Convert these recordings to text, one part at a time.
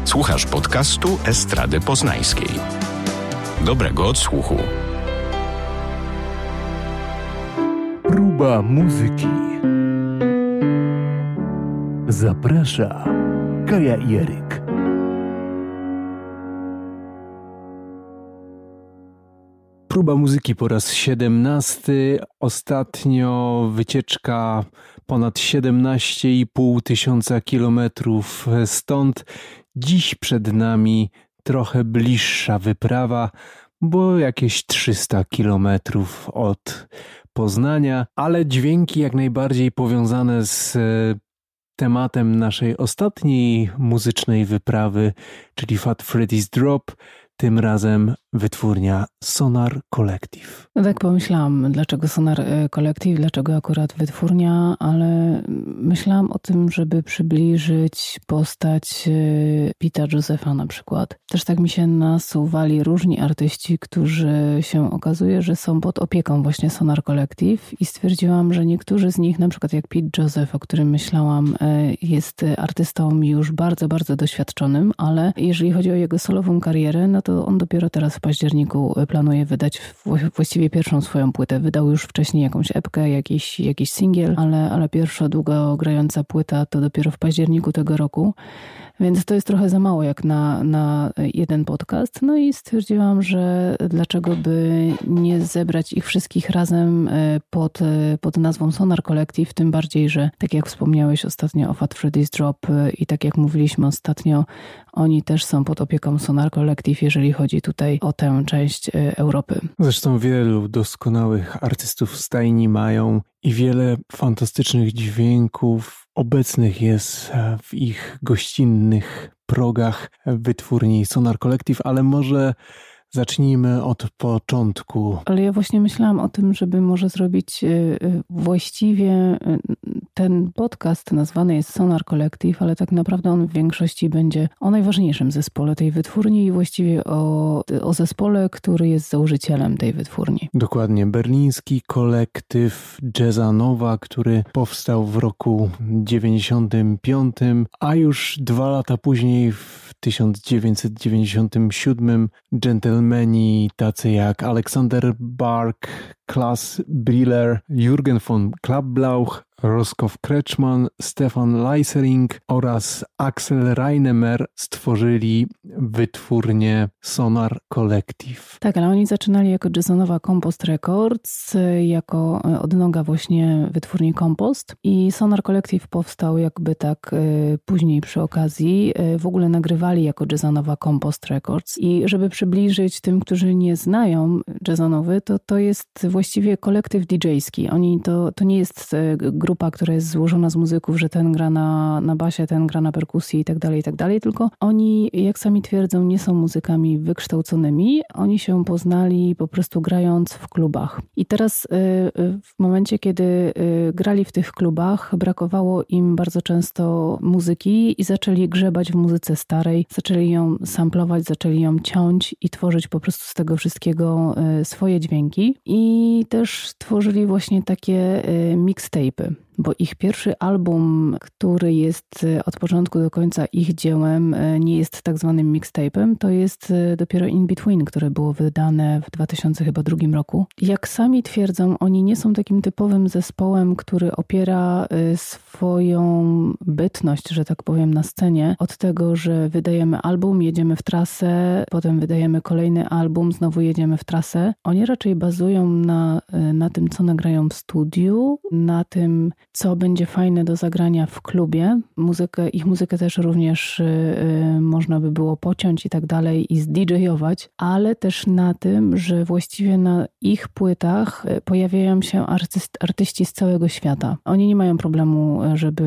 Słuchasz podcastu Estrady Poznańskiej. Dobrego odsłuchu. Próba muzyki. Zaprasza Kaja i Eryk. Próba muzyki po raz 17. Ostatnio wycieczka ponad 17,5 tysiąca kilometrów stąd. Dziś przed nami trochę bliższa wyprawa, bo jakieś 300 kilometrów od Poznania, ale dźwięki jak najbardziej powiązane z tematem naszej ostatniej muzycznej wyprawy, czyli Fat Freddy's Drop. Tym razem wytwórnia Sonar Collective. No tak pomyślałam, dlaczego Sonar Collective, dlaczego akurat wytwórnia, ale myślałam o tym, żeby przybliżyć postać Pita Josepha na przykład. Też tak mi się nasuwali różni artyści, którzy się okazuje, że są pod opieką właśnie Sonar Collective i stwierdziłam, że niektórzy z nich, na przykład jak Pete Joseph, o którym myślałam, jest artystą już bardzo, bardzo doświadczonym, ale jeżeli chodzi o jego solową karierę, no to on dopiero teraz w październiku planuje wydać właściwie pierwszą swoją płytę. Wydał już wcześniej jakąś epkę, jakiś singiel, ale pierwsza długogrająca płyta to dopiero w październiku tego roku. Więc to jest trochę za mało jak na jeden podcast. No i stwierdziłam, że dlaczego by nie zebrać ich wszystkich razem pod nazwą Sonar Collective, tym bardziej, że tak jak wspomniałeś ostatnio o Fat Freddy's Drop i tak jak mówiliśmy ostatnio, oni też są pod opieką Sonar Collective, jeżeli chodzi tutaj o tę część Europy. Zresztą wielu doskonałych artystów w stajni mają i wiele fantastycznych dźwięków obecnych jest w ich gościnnych progach wytwórni Sonar Collective, ale może zacznijmy od początku. Ale ja właśnie myślałam o tym, żeby może zrobić właściwie ten podcast nazwany jest Sonar Collective, ale tak naprawdę on w większości będzie o najważniejszym zespole tej wytwórni i właściwie o zespole, który jest założycielem tej wytwórni. Dokładnie. Berliński kolektyw Jazza Nova, który powstał w roku 95, a już 2 lata później w 1997 dżentelmeni tacy jak Alexander Bark, Klaas Briller, Jürgen von Klappblauch, Roscoe Kretschmann, Stefan Leisering oraz Axel Reinemer stworzyli wytwórnię Sonar Collective. Tak, ale oni zaczynali jako Jazzonowa Compost Records, jako odnoga właśnie wytwórni Compost i Sonar Collective powstał jakby tak później przy okazji. W ogóle nagrywali jako Jazzonowa Compost Records i żeby przybliżyć tym, którzy nie znają Jazzonowy, to jest właściwie kolektyw DJ-ski. To nie jest grupa, która jest złożona z muzyków, że ten gra na basie, ten gra na perkusji i tak dalej, tylko oni, jak sami twierdzą, nie są muzykami wykształconymi. Oni się poznali po prostu grając w klubach. I teraz w momencie, kiedy grali w tych klubach, brakowało im bardzo często muzyki i zaczęli grzebać w muzyce starej, zaczęli ją samplować, zaczęli ją ciąć i tworzyć po prostu z tego wszystkiego swoje dźwięki. I też tworzyli właśnie takie mixtape'y. Bo ich pierwszy album, który jest od początku do końca ich dziełem, nie jest tak zwanym mixtape'em, to jest dopiero In Between, które było wydane w 2002 roku. Jak sami twierdzą, oni nie są takim typowym zespołem, który opiera swoją bytność, że tak powiem, na scenie od tego, że wydajemy album, jedziemy w trasę, potem wydajemy kolejny album, znowu jedziemy w trasę. Oni raczej bazują na tym, co nagrają w studiu, na tym, co będzie fajne do zagrania w klubie. Ich muzykę też również można by było pociąć i tak dalej i zdidżejować, ale też na tym, że właściwie na ich płytach pojawiają się artyści z całego świata. Oni nie mają problemu,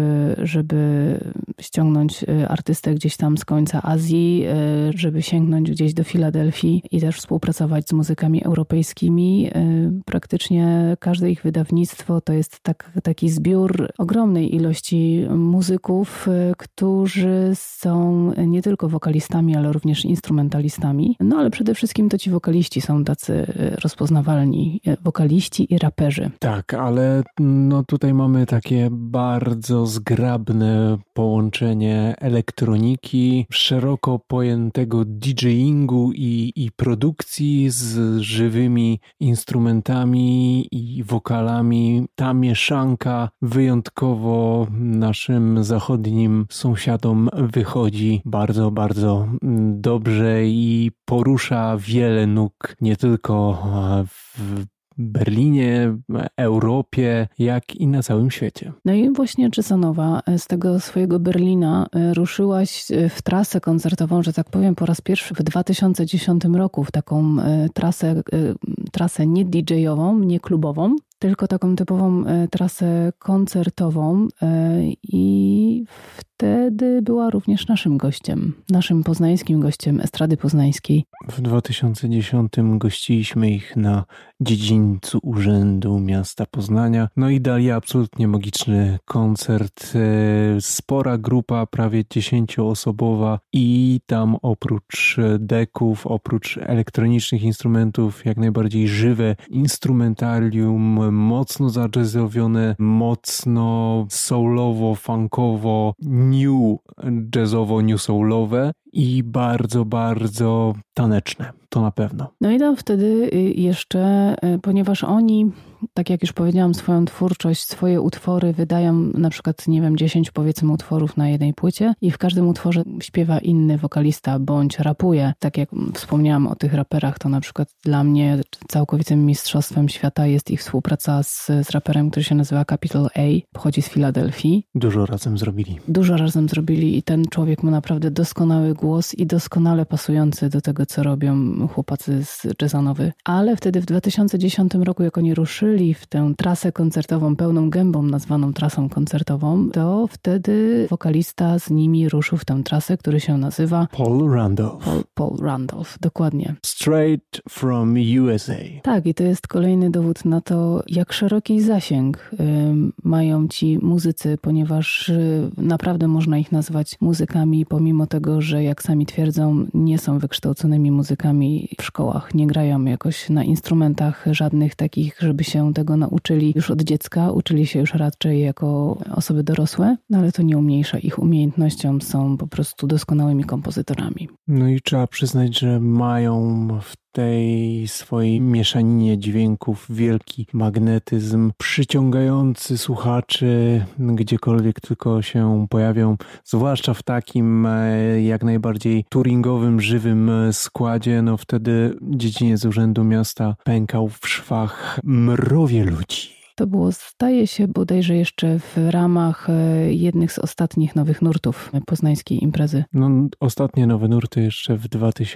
żeby ściągnąć artystę gdzieś tam z końca Azji, żeby sięgnąć gdzieś do Filadelfii i też współpracować z muzykami europejskimi. Praktycznie każde ich wydawnictwo to jest taki zbiór zbiór ogromnej ilości muzyków, którzy są nie tylko wokalistami, ale również instrumentalistami. No ale przede wszystkim to ci wokaliści są tacy rozpoznawalni. Wokaliści i raperzy. Tak, ale no tutaj mamy takie bardzo zgrabne połączenie elektroniki, szeroko pojętego DJingu i produkcji z żywymi instrumentami i wokalami. Ta mieszanka wyjątkowo naszym zachodnim sąsiadom wychodzi bardzo, bardzo dobrze i porusza wiele nóg nie tylko w Berlinie, Europie, jak i na całym świecie. No i właśnie Jasonowa z tego swojego Berlina ruszyłaś w trasę koncertową, że tak powiem, po raz pierwszy w 2010 roku, w taką trasę nie DJ-ową, nie klubową, tylko taką typową trasę koncertową i wtedy była również naszym gościem, naszym poznańskim gościem Estrady Poznańskiej. W 2010 gościliśmy ich na dziedzińcu Urzędu Miasta Poznania. No i dali absolutnie magiczny koncert. Spora grupa, prawie 10-osobowa i tam oprócz deków, oprócz elektronicznych instrumentów, jak najbardziej żywe instrumentarium, mocno zajazzowione, mocno soulowo, funkowo, new jazzowo, new soulowe i bardzo, bardzo taneczne. To na pewno. No i tam wtedy jeszcze, ponieważ oni, tak jak już powiedziałam, swoją twórczość, swoje utwory wydają na przykład, 10 powiedzmy utworów na jednej płycie i w każdym utworze śpiewa inny wokalista bądź rapuje. Tak jak wspomniałam o tych raperach, to na przykład dla mnie całkowitym mistrzostwem świata jest ich współpraca z raperem, który się nazywa Capital A, pochodzi z Filadelfii. Dużo razem zrobili i ten człowiek ma naprawdę doskonały głos i doskonale pasujący do tego, co robią chłopacy z Jasonowy. Ale wtedy w 2010 roku, jak oni ruszyli w tę trasę koncertową pełną gębą nazwaną trasą koncertową, to wtedy wokalista z nimi ruszył w tę trasę, który się nazywa Paul Randolph. Paul Randolph, dokładnie. Straight from USA. Tak, i to jest kolejny dowód na to, jak szeroki zasięg mają ci muzycy, ponieważ naprawdę można ich nazwać muzykami, pomimo tego, że jak sami twierdzą, nie są wykształconymi muzykami w szkołach, nie grają jakoś na instrumentach żadnych takich, żeby się tego nauczyli już od dziecka, uczyli się już raczej jako osoby dorosłe, no ale to nie umniejsza ich umiejętnościom, są po prostu doskonałymi kompozytorami. No i trzeba przyznać, że mają w tej swojej mieszaninie dźwięków wielki magnetyzm przyciągający słuchaczy gdziekolwiek tylko się pojawią, zwłaszcza w takim jak najbardziej touringowym, żywym składzie. No wtedy dziedziniec Urzędu Miasta pękał w szwach mrowie ludzi. To było, zdaje się, bodajże jeszcze w ramach jednych z ostatnich nowych nurtów poznańskiej imprezy. No, ostatnie nowe nurty jeszcze w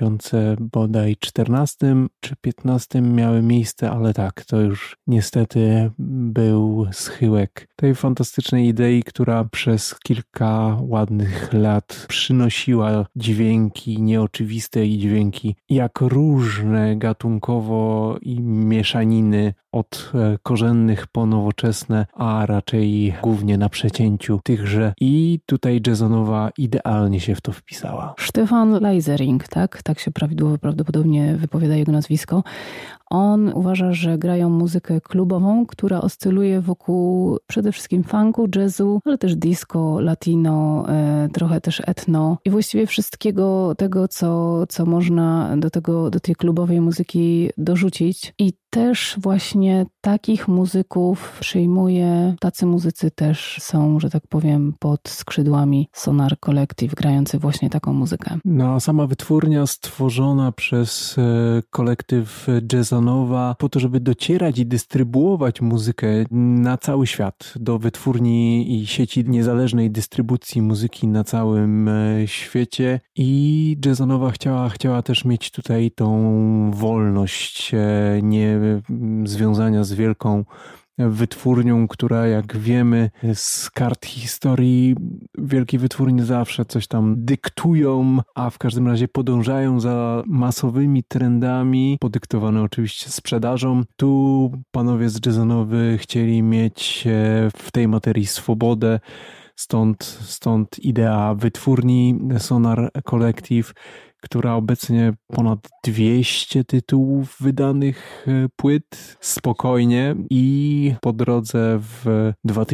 2014 czy 2015 miały miejsce, ale tak, to już niestety był schyłek tej fantastycznej idei, która przez kilka ładnych lat przynosiła dźwięki nieoczywiste i dźwięki jak różne gatunkowo i mieszaniny od korzennych po nowoczesne, a raczej głównie na przecięciu tychże. I tutaj Jasonowa idealnie się w to wpisała. Stefan Leisering, tak się prawdopodobnie wypowiada jego nazwisko. On uważa, że grają muzykę klubową, która oscyluje wokół przede wszystkim funku, jazzu, ale też disco, latino, trochę też etno i właściwie wszystkiego tego, co można do tej klubowej muzyki dorzucić. I też właśnie takich muzyków przyjmuje, tacy muzycy też są, że tak powiem, pod skrzydłami Sonar Collective, grający właśnie taką muzykę. No a sama wytwórnia stworzona przez kolektyw Jasonowa po to, żeby docierać i dystrybuować muzykę na cały świat, do wytwórni i sieci niezależnej dystrybucji muzyki na całym świecie i Jasonowa chciała też mieć tutaj tą wolność, nie związania z wielką wytwórnią, która jak wiemy z kart historii wielkie wytwórnie zawsze coś tam dyktują, a w każdym razie podążają za masowymi trendami, podyktowane oczywiście sprzedażą. Tu panowie z Jasonowy chcieli mieć w tej materii swobodę, stąd idea wytwórni Sonar Collective, która obecnie ponad 200 tytułów wydanych płyt spokojnie i po drodze w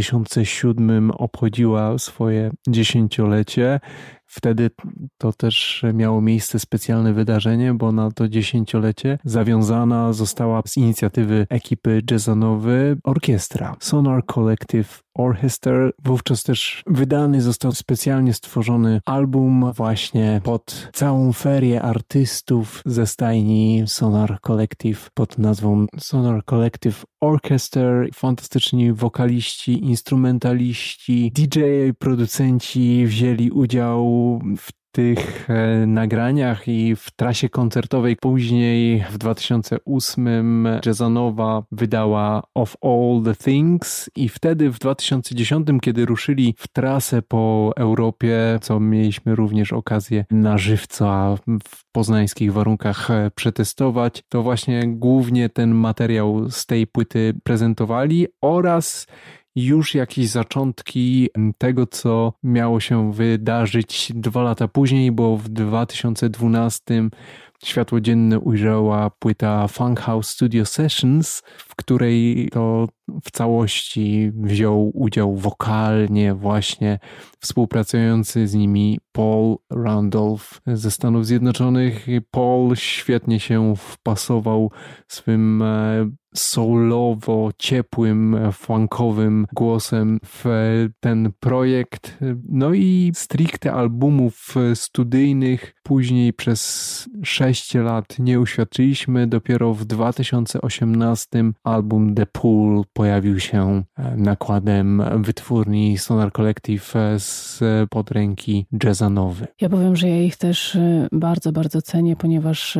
2007 obchodziła swoje 10-lecie. Wtedy to też miało miejsce specjalne wydarzenie, bo na to 10-lecie zawiązana została z inicjatywy ekipy Jasonowy orkiestra Sonar Collective Orchestra. Wówczas też wydany został specjalnie stworzony album właśnie pod całą ferię artystów ze stajni Sonar Collective pod nazwą Sonar Collective Orchestra. Fantastyczni wokaliści, instrumentaliści, DJ-e, producenci wzięli udział w tych nagraniach i w trasie koncertowej. Później w 2008 Jasonowa wydała Of All the Things i wtedy w 2010, kiedy ruszyli w trasę po Europie, co mieliśmy również okazję na żywca w poznańskich warunkach przetestować, to właśnie głównie ten materiał z tej płyty prezentowali oraz już jakieś zaczątki tego, co miało się wydarzyć 2 lata później, bo w 2012 światło dzienne ujrzała płyta Funk House Studio Sessions, w której to w całości wziął udział wokalnie właśnie współpracujący z nimi Paul Randolph ze Stanów Zjednoczonych. Paul świetnie się wpasował swym soulowo, ciepłym, funkowym głosem w ten projekt. No i stricte albumów studyjnych później przez 6 lat nie uświadczyliśmy. Dopiero w 2018 album The Pool pojawił się nakładem wytwórni Sonar Collective spod ręki Jasonowy. Ja powiem, że ja ich też bardzo, bardzo cenię, ponieważ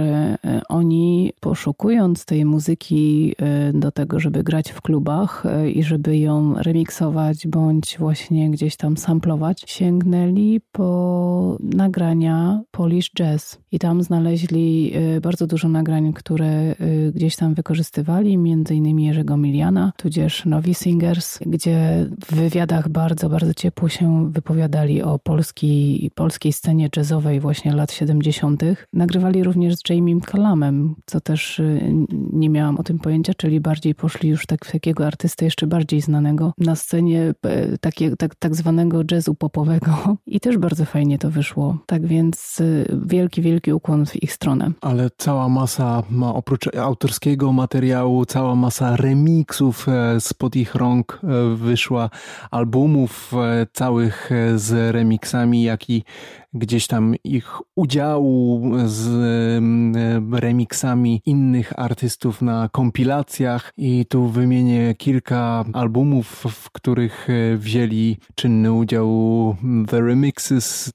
oni, poszukując tej muzyki do tego, żeby grać w klubach i żeby ją remiksować bądź właśnie gdzieś tam samplować, sięgnęli po nagrania Polish Jazz i tam znaleźli bardzo dużo nagrań, które gdzieś tam wykorzystywali, między innymi Jerzego Miliana, tudzież Novi Singers, gdzie w wywiadach bardzo, bardzo ciepło się wypowiadali o polskiej scenie jazzowej właśnie lat 70. Nagrywali również z Jamiem Cullumem, co też nie miałam o tym pojęcia, czyli bardziej poszli już w takiego artystę jeszcze bardziej znanego na scenie tak zwanego jazzu popowego i też bardzo fajnie to wyszło. Tak więc wielki, wielki ukłon w ich stronę. Ale cała masa, oprócz autorskiego materiału, cała masa remixów spod ich rąk wyszła, albumów całych z remixami, jak i gdzieś tam ich udziału z remixami innych artystów na kompilacjach i tu wymienię kilka albumów, w których wzięli czynny udział The Remixes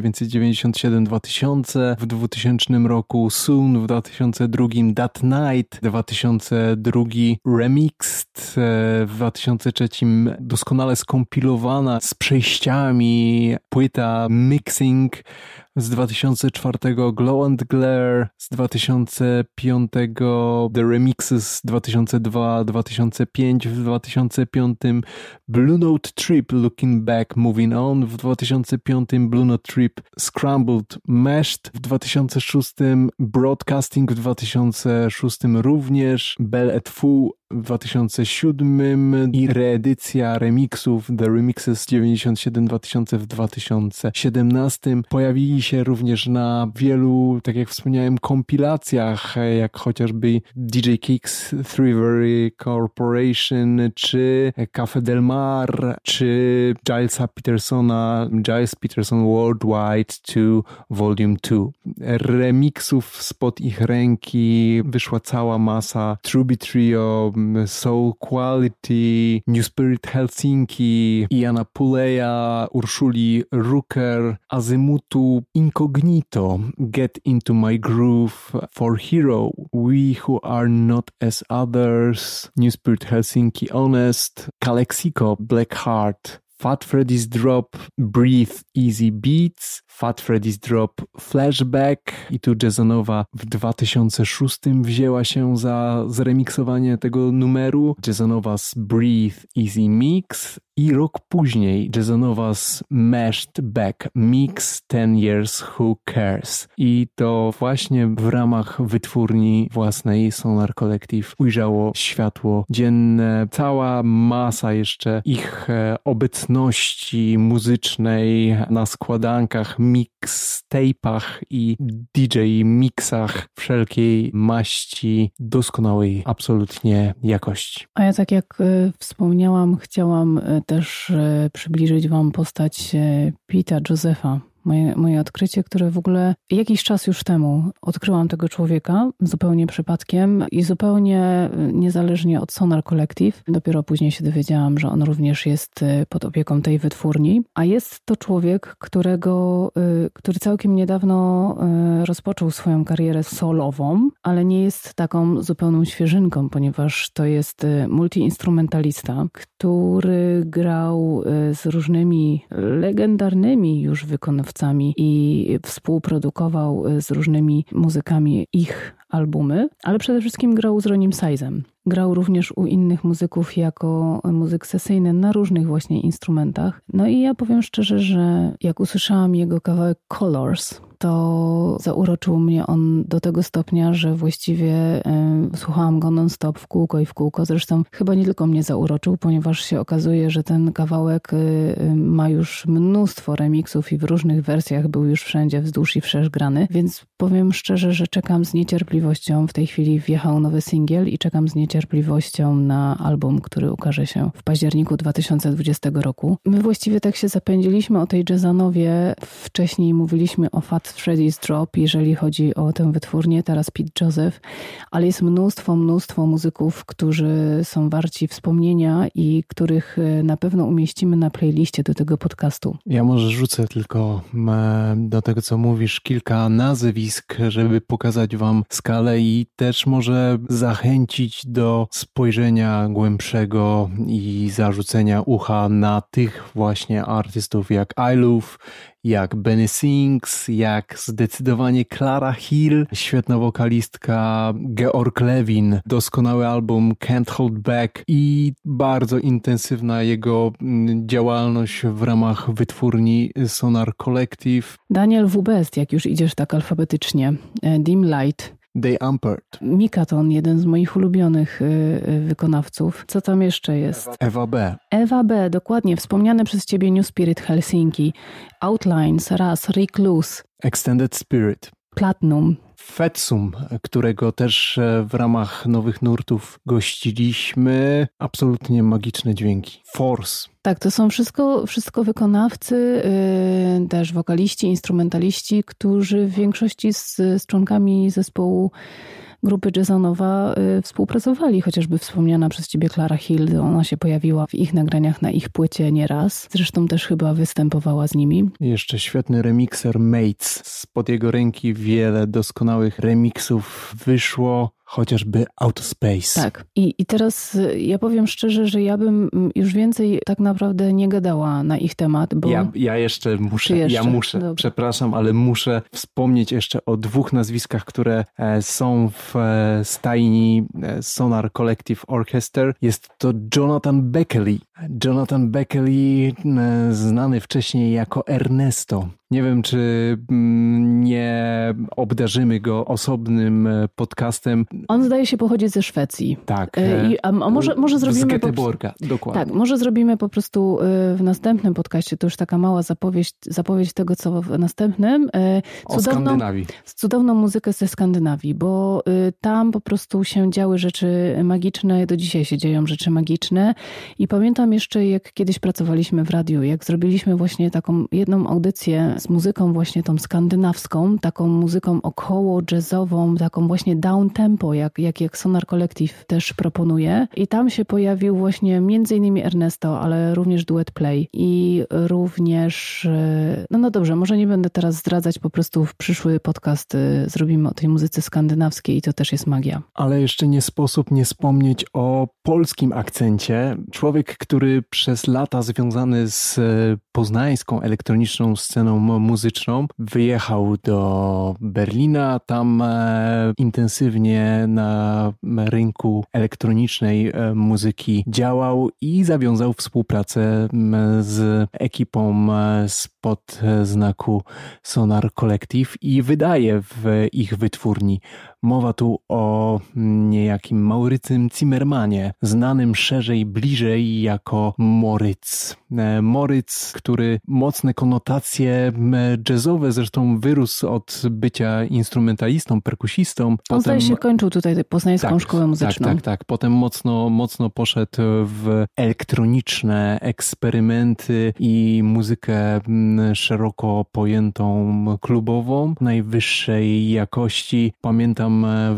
1997-2000, w 2000 roku Soon, w 2002 That Night, 2002 Remixed, w 2003 doskonale skompilowana z przejściami płyta Mixing, z 2004 Glow and Glare, z 2005 The Remixes, 2002, 2005, w 2005 Blue Note Trip Looking Back Moving On, w 2005 Blue Note Trip Scrambled Meshed, w 2006 Broadcasting, w 2006 również Belle et Fou, w 2007 i reedycja remixów The Remixes 97-2000 w 2017. Pojawili się również na wielu, tak jak wspomniałem, kompilacjach, jak chociażby DJ Kicks, Threevery Corporation, czy Café Del Mar, czy Gilesa Petersona, Giles Peterson Worldwide 2 Volume 2. Remixów spod ich ręki wyszła cała masa. Truby Trio, Soul Quality, New Spirit Helsinki, Iana Puleja, Urszuli Rucker, Azymutu, Incognito, Get Into My Groove, For Hero, We Who Are Not As Others, New Spirit Helsinki, Honest, Calexico, Black Heart, Fat Freddy's Drop, Breathe, Easy Beats, Fat Freddy's Drop, Flashback i tu Jasonowa w 2006 wzięła się za zremiksowanie tego numeru, Jasonowa z Breathe, Easy Mix i rok później Jasonowa z Mashed Back Mix 10 Years Who Cares i to właśnie w ramach wytwórni własnej Sonar Collective ujrzało światło dzienne, cała masa jeszcze ich obecności muzycznej na składankach, mixtape'ach i DJ mixach wszelkiej maści, doskonałej absolutnie jakości. A ja tak jak wspomniałam, chciałam też przybliżyć wam postać Pete'a Josepha. Moje odkrycie, które w ogóle jakiś czas już temu odkryłam tego człowieka zupełnie przypadkiem i zupełnie niezależnie od Sonar Collective. Dopiero później się dowiedziałam, że on również jest pod opieką tej wytwórni. A jest to człowiek, który całkiem niedawno rozpoczął swoją karierę solową, ale nie jest taką zupełną świeżynką, ponieważ to jest multiinstrumentalista, który grał z różnymi legendarnymi już wykonawcami i współprodukował z różnymi muzykami ich albumy, ale przede wszystkim grał z Ronim Sizem. Grał również u innych muzyków jako muzyk sesyjny na różnych właśnie instrumentach. No i ja powiem szczerze, że jak usłyszałam jego kawałek Colors, to zauroczył mnie on do tego stopnia, że właściwie słuchałam go non-stop w kółko i w kółko. Zresztą chyba nie tylko mnie zauroczył, ponieważ się okazuje, że ten kawałek ma już mnóstwo remixów i w różnych wersjach był już wszędzie wzdłuż i wszerz grany, więc powiem szczerze, że czekam z niecierpliwością. W tej chwili wjechał nowy singiel i czekam z niecierpliwością na album, który ukaże się w październiku 2020 roku. My właściwie tak się zapędziliśmy o tej Jasanowie. Wcześniej mówiliśmy o Fat Freddy's Drop, jeżeli chodzi o tę wytwórnię, teraz Pete Joseph, ale jest mnóstwo muzyków, którzy są warci wspomnienia i których na pewno umieścimy na playliście do tego podcastu. Ja może rzucę tylko do tego, co mówisz, kilka nazwisk, żeby pokazać wam skalę i też może zachęcić do spojrzenia głębszego i zarzucenia ucha na tych właśnie artystów jak iLove, jak Benny Sings, jak zdecydowanie Clara Hill, świetna wokalistka, Georg Levin, doskonały album Can't Hold Back i bardzo intensywna jego działalność w ramach wytwórni Sonar Collective. Daniel W. Best, jak już idziesz tak alfabetycznie, Dim Light, They Ampered. Mikaton, jeden z moich ulubionych wykonawców. Co tam jeszcze jest? Ewa B. Ewa B, dokładnie. Wspomniane przez ciebie New Spirit Helsinki, Outlines, Raz, Recluse, Extended Spirit. Platinum. Fetsum, którego też w ramach Nowych Nurtów gościliśmy. Absolutnie magiczne dźwięki. Force. Tak, to są wszystko wykonawcy, też wokaliści, instrumentaliści, którzy w większości z członkami zespołu grupy Jasanowa współpracowali, chociażby wspomniana przez ciebie Clara Hill, ona się pojawiła w ich nagraniach na ich płycie nieraz. Zresztą też chyba występowała z nimi. Jeszcze świetny remixer Mates. Spod jego ręki wiele doskonałych remixów wyszło. Chociażby Autospace. Tak. I teraz ja powiem szczerze, że ja bym już więcej tak naprawdę nie gadała na ich temat, bo... Ja jeszcze muszę. Dobra. Przepraszam, ale muszę wspomnieć jeszcze o dwóch nazwiskach, które są w stajni Sonar Collective Orchestra. Jest to Jonathan Beckley. Jonathan Beckley, znany wcześniej jako Ernesto. Nie wiem, czy nie obdarzymy go osobnym podcastem. On zdaje się pochodzić ze Szwecji. Tak. A może zrobimy... Z Göteborga, dokładnie. Tak, może zrobimy po prostu w następnym podcaście, to już taka mała zapowiedź tego, co w następnym. O Skandynawii. Cudowną muzykę ze Skandynawii, bo tam po prostu się działy rzeczy magiczne, do dzisiaj się dzieją rzeczy magiczne i pamiętam jeszcze, jak kiedyś pracowaliśmy w radiu, jak zrobiliśmy właśnie taką jedną audycję z muzyką właśnie tą skandynawską taką muzyką około jazzową, taką właśnie down tempo, jak Sonar Collective też proponuje. I tam się pojawił właśnie m.in. Ernesto, ale również duet Play i również, no dobrze, może nie będę teraz zdradzać, po prostu w przyszły podcast zrobimy o tej muzyce skandynawskiej i to też jest magia. Ale jeszcze nie sposób nie wspomnieć o polskim akcencie. Człowiek, który przez lata związany z poznańską elektroniczną sceną muzyczną wyjechał do Berlina, tam intensywnie na rynku elektronicznej muzyki działał i zawiązał współpracę z ekipą spod znaku Sonar Collective i wydaje w ich wytwórni. Mowa tu o niejakim Maurycym Zimmermanie, znanym szerzej, bliżej jako Moritz. Moritz, który mocne konotacje jazzowe, zresztą wyrósł od bycia instrumentalistą, perkusistą. On zdaje się kończył tutaj poznańską szkołę muzyczną. Tak. Potem mocno poszedł w elektroniczne eksperymenty i muzykę szeroko pojętą klubową, najwyższej jakości. Pamiętam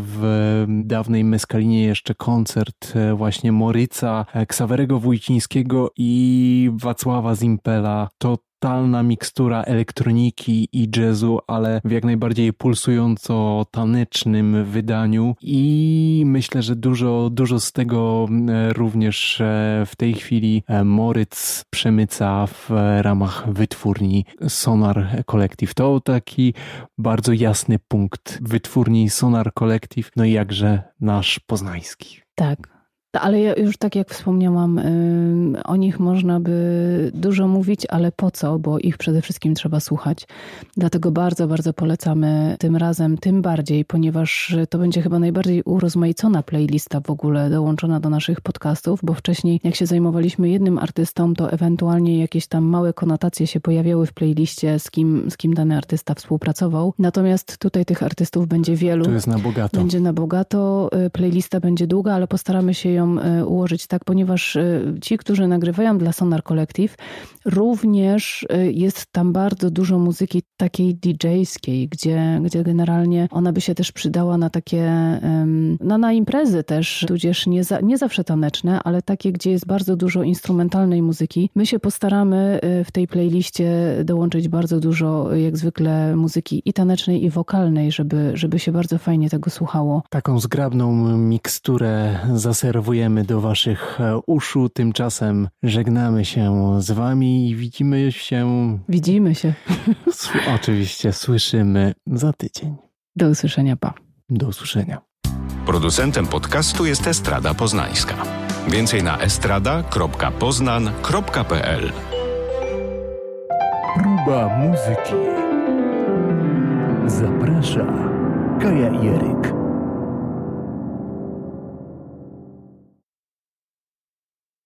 w dawnej Meskalinie jeszcze koncert właśnie Moryca, Ksawerego Wójcińskiego i Wacława Zimpela. Totalna mikstura elektroniki i jazzu, ale w jak najbardziej pulsująco tanecznym wydaniu i myślę, że dużo z tego również w tej chwili Moritz przemyca w ramach wytwórni Sonar Collective. To taki bardzo jasny punkt wytwórni Sonar Collective, no i jakże nasz poznański. Tak. Ale ja już tak jak wspomniałam, o nich można by dużo mówić, ale po co? Bo ich przede wszystkim trzeba słuchać. Dlatego bardzo, bardzo polecamy tym razem, tym bardziej, ponieważ to będzie chyba najbardziej urozmaicona playlista w ogóle dołączona do naszych podcastów, bo wcześniej jak się zajmowaliśmy jednym artystą, to ewentualnie jakieś tam małe konotacje się pojawiały w playliście, z kim dany artysta współpracował. Natomiast tutaj tych artystów będzie wielu. To jest na bogato. Będzie na bogato. Playlista będzie długa, ale postaramy się ją ułożyć tak, ponieważ ci, którzy nagrywają dla Sonar Collective, również jest tam bardzo dużo muzyki takiej DJ-skiej, gdzie generalnie ona by się też przydała na takie, na imprezy też, tudzież nie zawsze taneczne, ale takie, gdzie jest bardzo dużo instrumentalnej muzyki. My się postaramy w tej playliście dołączyć bardzo dużo, jak zwykle, muzyki i tanecznej, i wokalnej, żeby się bardzo fajnie tego słuchało. Taką zgrabną miksturę zaserwujemy do waszych uszu. Tymczasem żegnamy się z wami i widzimy się. Oczywiście słyszymy za tydzień. Do usłyszenia, pa. Do usłyszenia. Producentem podcastu jest Estrada Poznańska. Więcej na estrada.poznan.pl. Próba muzyki. Zaprasza Kaja i Eryk.